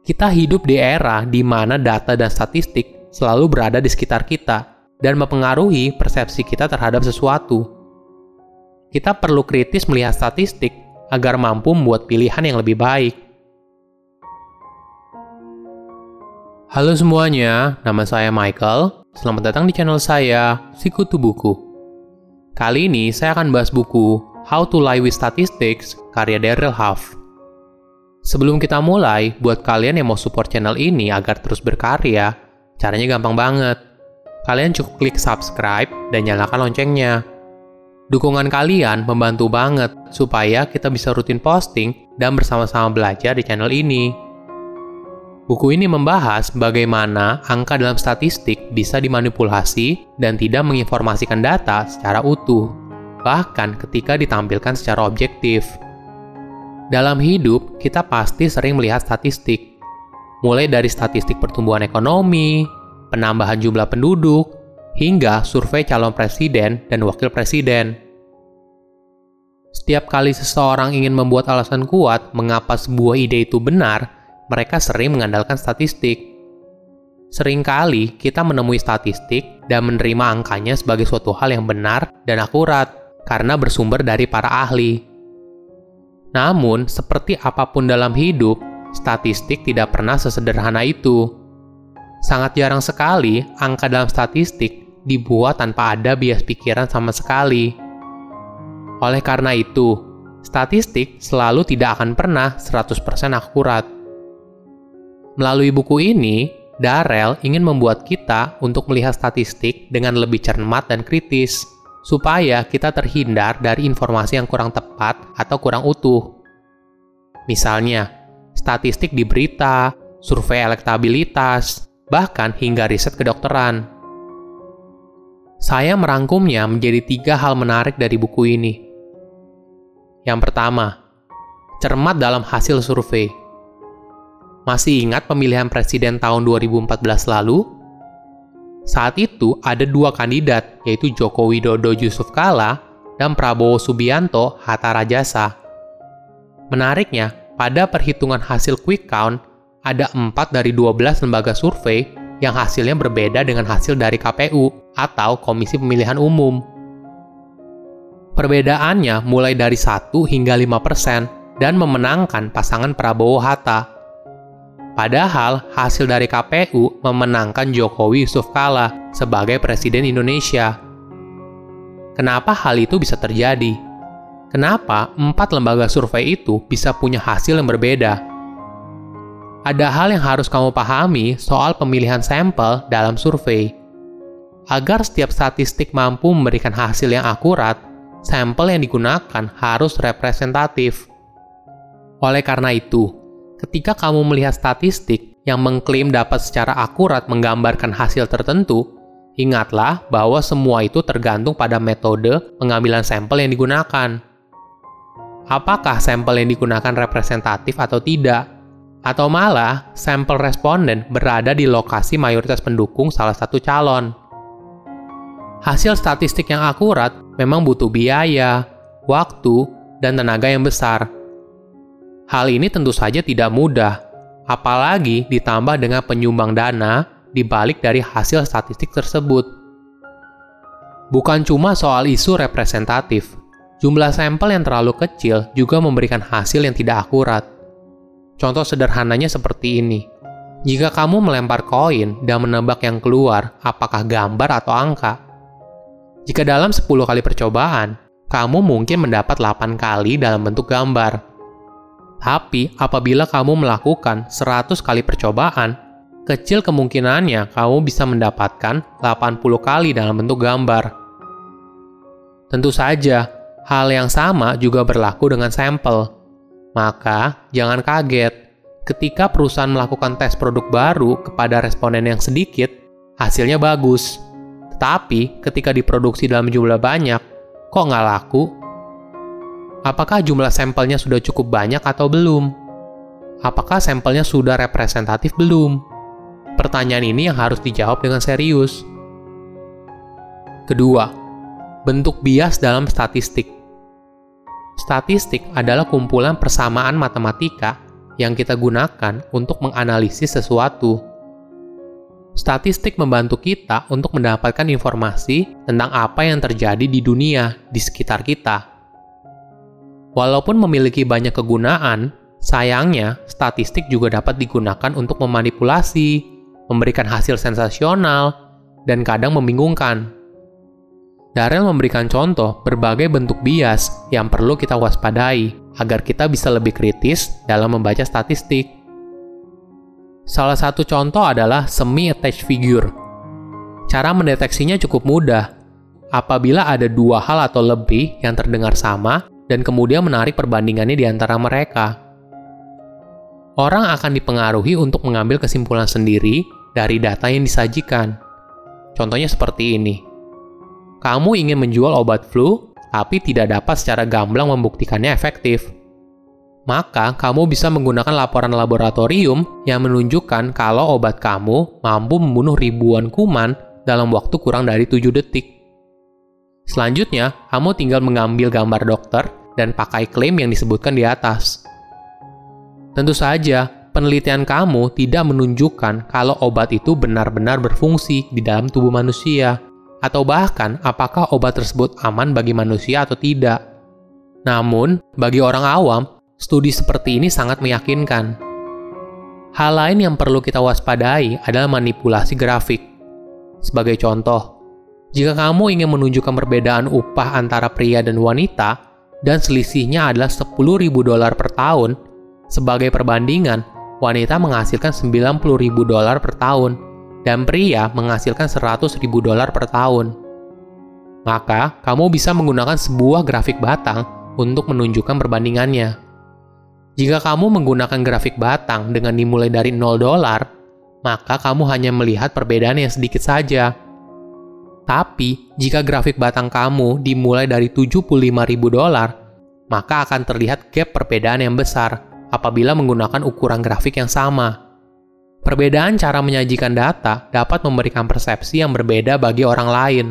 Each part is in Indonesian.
Kita hidup di era di mana data dan statistik selalu berada di sekitar kita dan mempengaruhi persepsi kita terhadap sesuatu. Kita perlu kritis melihat statistik agar mampu membuat pilihan yang lebih baik. Halo semuanya, nama saya Michael. Selamat datang di channel saya, Sikutu Buku. Kali ini saya akan bahas buku How to Lie with Statistics, karya Darrell Huff. Sebelum kita mulai, buat kalian yang mau support channel ini agar terus berkarya, caranya gampang banget. Kalian cukup klik subscribe dan nyalakan loncengnya. Dukungan kalian membantu banget supaya kita bisa rutin posting dan bersama-sama belajar di channel ini. Buku ini membahas bagaimana angka dalam statistik bisa dimanipulasi dan tidak menginformasikan data secara utuh, bahkan ketika ditampilkan secara objektif. Dalam hidup, kita pasti sering melihat statistik, mulai dari statistik pertumbuhan ekonomi, penambahan jumlah penduduk, hingga survei calon presiden dan wakil presiden. Setiap kali seseorang ingin membuat alasan kuat mengapa sebuah ide itu benar, mereka sering mengandalkan statistik. Seringkali kita menemui statistik dan menerima angkanya sebagai suatu hal yang benar dan akurat karena bersumber dari para ahli. Namun, seperti apapun dalam hidup, statistik tidak pernah sesederhana itu. Sangat jarang sekali angka dalam statistik dibuat tanpa ada bias pikiran sama sekali. Oleh karena itu, statistik selalu tidak akan pernah 100% akurat. Melalui buku ini, Darrell ingin membuat kita untuk melihat statistik dengan lebih cermat dan kritis, supaya kita terhindar dari informasi yang kurang tepat atau kurang utuh. Misalnya, statistik di berita, survei elektabilitas, bahkan hingga riset kedokteran. Saya merangkumnya menjadi 3 hal menarik dari buku ini. Yang pertama, cermat dalam hasil survei. Masih ingat pemilihan presiden tahun 2014 lalu? Saat itu ada 2 kandidat, yaitu Joko Widodo Yusuf Kala dan Prabowo Subianto Hatta Rajasa. Menariknya, pada perhitungan hasil quick count, ada 4 dari 12 lembaga survei yang hasilnya berbeda dengan hasil dari KPU atau Komisi Pemilihan Umum. Perbedaannya mulai dari 1 hingga 5% dan memenangkan pasangan Prabowo Hatta. Padahal hasil dari KPU memenangkan Jokowi Yusuf Kala sebagai Presiden Indonesia. Kenapa hal itu bisa terjadi? Kenapa 4 lembaga survei itu bisa punya hasil yang berbeda? Ada hal yang harus kamu pahami soal pemilihan sampel dalam survei. Agar setiap statistik mampu memberikan hasil yang akurat, sampel yang digunakan harus representatif. Oleh karena itu, ketika kamu melihat statistik yang mengklaim dapat secara akurat menggambarkan hasil tertentu, ingatlah bahwa semua itu tergantung pada metode pengambilan sampel yang digunakan. Apakah sampel yang digunakan representatif atau tidak? Atau malah, sampel responden berada di lokasi mayoritas pendukung salah satu calon. Hasil statistik yang akurat memang butuh biaya, waktu, dan tenaga yang besar. Hal ini tentu saja tidak mudah, apalagi ditambah dengan penyumbang dana di balik dari hasil statistik tersebut. Bukan cuma soal isu representatif, jumlah sampel yang terlalu kecil juga memberikan hasil yang tidak akurat. Contoh sederhananya seperti ini. Jika kamu melempar koin dan menebak yang keluar apakah gambar atau angka. Jika dalam 10 kali percobaan, kamu mungkin mendapat 8 kali dalam bentuk gambar. Tapi, apabila kamu melakukan 100 kali percobaan, kecil kemungkinannya kamu bisa mendapatkan 80 kali dalam bentuk gambar. Tentu saja, hal yang sama juga berlaku dengan sampel. Maka, jangan kaget ketika perusahaan melakukan tes produk baru kepada responden yang sedikit, hasilnya bagus. Tetapi, ketika diproduksi dalam jumlah banyak, kok nggak laku? Apakah jumlah sampelnya sudah cukup banyak atau belum? Apakah sampelnya sudah representatif belum? Pertanyaan ini yang harus dijawab dengan serius. Kedua, bentuk bias dalam statistik. Statistik adalah kumpulan persamaan matematika yang kita gunakan untuk menganalisis sesuatu. Statistik membantu kita untuk mendapatkan informasi tentang apa yang terjadi di dunia di sekitar kita. Walaupun memiliki banyak kegunaan, sayangnya statistik juga dapat digunakan untuk memanipulasi, memberikan hasil sensasional, dan kadang membingungkan. Darrell memberikan contoh berbagai bentuk bias yang perlu kita waspadai agar kita bisa lebih kritis dalam membaca statistik. Salah satu contoh adalah semi-attached figure. Cara mendeteksinya cukup mudah. Apabila ada dua hal atau lebih yang terdengar sama dan kemudian menarik perbandingannya di antara mereka. Orang akan dipengaruhi untuk mengambil kesimpulan sendiri dari data yang disajikan. Contohnya seperti ini. Kamu ingin menjual obat flu, tapi tidak dapat secara gamblang membuktikannya efektif. Maka, kamu bisa menggunakan laporan laboratorium yang menunjukkan kalau obat kamu mampu membunuh ribuan kuman dalam waktu kurang dari 7 detik. Selanjutnya, kamu tinggal mengambil gambar dokter dan pakai klaim yang disebutkan di atas. Tentu saja, penelitian kamu tidak menunjukkan kalau obat itu benar-benar berfungsi di dalam tubuh manusia, atau bahkan apakah obat tersebut aman bagi manusia atau tidak. Namun, bagi orang awam, studi seperti ini sangat meyakinkan. Hal lain yang perlu kita waspadai adalah manipulasi grafik. Sebagai contoh, jika kamu ingin menunjukkan perbedaan upah antara pria dan wanita, dan selisihnya adalah $10.000 per tahun, sebagai perbandingan, wanita menghasilkan $90.000 per tahun, dan pria menghasilkan $100.000 per tahun. Maka, kamu bisa menggunakan sebuah grafik batang untuk menunjukkan perbandingannya. Jika kamu menggunakan grafik batang dengan dimulai dari $0, maka kamu hanya melihat perbedaan yang sedikit saja. Tapi, jika grafik batang kamu dimulai dari $75.000, maka akan terlihat gap perbedaan yang besar apabila menggunakan ukuran grafik yang sama. Perbedaan cara menyajikan data dapat memberikan persepsi yang berbeda bagi orang lain.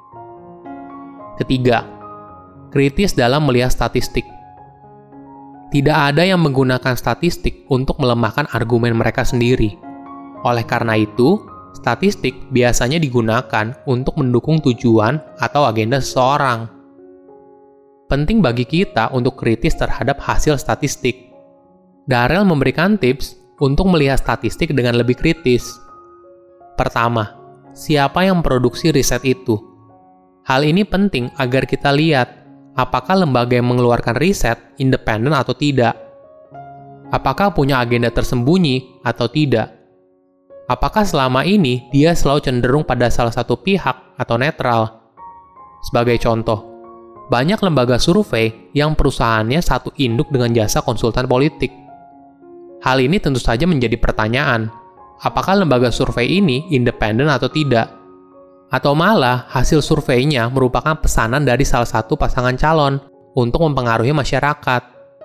Ketiga, kritis dalam melihat statistik. Tidak ada yang menggunakan statistik untuk melemahkan argumen mereka sendiri. Oleh karena itu, statistik biasanya digunakan untuk mendukung tujuan atau agenda seseorang. Penting bagi kita untuk kritis terhadap hasil statistik. Darrell memberikan tips untuk melihat statistik dengan lebih kritis. Pertama, siapa yang memproduksi riset itu? Hal ini penting agar kita lihat apakah lembaga yang mengeluarkan riset independen atau tidak? Apakah punya agenda tersembunyi atau tidak? Apakah selama ini dia selalu cenderung pada salah satu pihak atau netral? Sebagai contoh, banyak lembaga survei yang perusahaannya satu induk dengan jasa konsultan politik. Hal ini tentu saja menjadi pertanyaan, apakah lembaga survei ini independen atau tidak? Atau malah hasil surveinya merupakan pesanan dari salah satu pasangan calon untuk mempengaruhi masyarakat.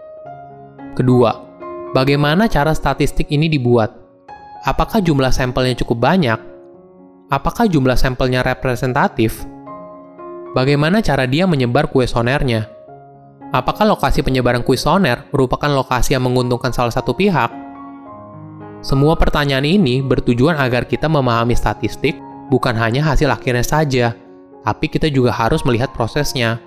Kedua, bagaimana cara statistik ini dibuat? Apakah jumlah sampelnya cukup banyak? Apakah jumlah sampelnya representatif? Bagaimana cara dia menyebar kuesionernya? Apakah lokasi penyebaran kuesioner merupakan lokasi yang menguntungkan salah satu pihak? Semua pertanyaan ini bertujuan agar kita memahami statistik bukan hanya hasil akhirnya saja, tapi kita juga harus melihat prosesnya.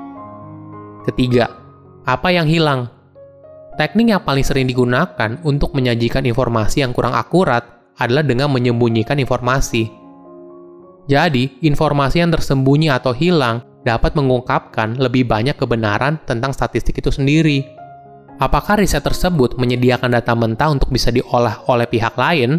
Ketiga, apa yang hilang? Teknik yang paling sering digunakan untuk menyajikan informasi yang kurang akurat adalah dengan menyembunyikan informasi. Jadi, informasi yang tersembunyi atau hilang dapat mengungkapkan lebih banyak kebenaran tentang statistik itu sendiri. Apakah riset tersebut menyediakan data mentah untuk bisa diolah oleh pihak lain?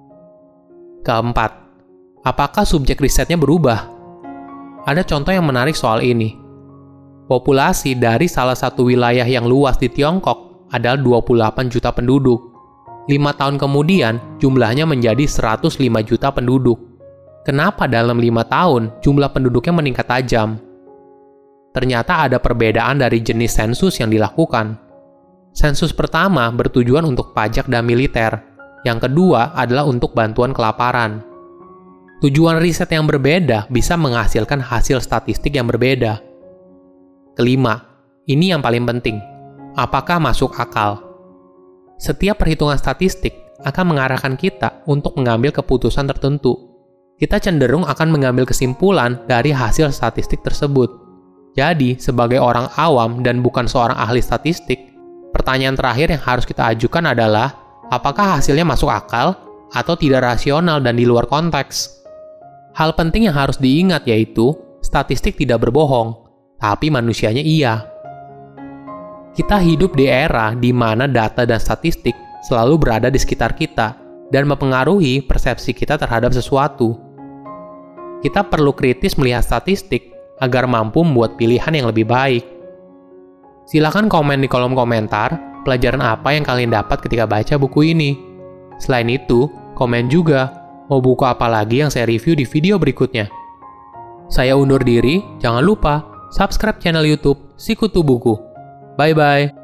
Keempat, apakah subjek risetnya berubah? Ada contoh yang menarik soal ini. Populasi dari salah satu wilayah yang luas di Tiongkok adalah 28 juta penduduk. 5 tahun kemudian, jumlahnya menjadi 105 juta penduduk. Kenapa dalam 5 tahun jumlah penduduknya meningkat tajam? Ternyata ada perbedaan dari jenis sensus yang dilakukan. Sensus pertama bertujuan untuk pajak dan militer. Yang kedua adalah untuk bantuan kelaparan. Tujuan riset yang berbeda bisa menghasilkan hasil statistik yang berbeda. Kelima, ini yang paling penting. Apakah masuk akal? Setiap perhitungan statistik akan mengarahkan kita untuk mengambil keputusan tertentu. Kita cenderung akan mengambil kesimpulan dari hasil statistik tersebut. Jadi, sebagai orang awam dan bukan seorang ahli statistik, pertanyaan terakhir yang harus kita ajukan adalah, apakah hasilnya masuk akal atau tidak rasional dan di luar konteks? Hal penting yang harus diingat yaitu, statistik tidak berbohong, tapi manusianya iya. Kita hidup di era di mana data dan statistik selalu berada di sekitar kita dan mempengaruhi persepsi kita terhadap sesuatu. Kita perlu kritis melihat statistik agar mampu membuat pilihan yang lebih baik. Silakan komen di kolom komentar pelajaran apa yang kalian dapat ketika baca buku ini. Selain itu, komen juga mau buku apa lagi yang saya review di video berikutnya. Saya undur diri, jangan lupa subscribe channel YouTube Sikutu Buku. Bye-bye.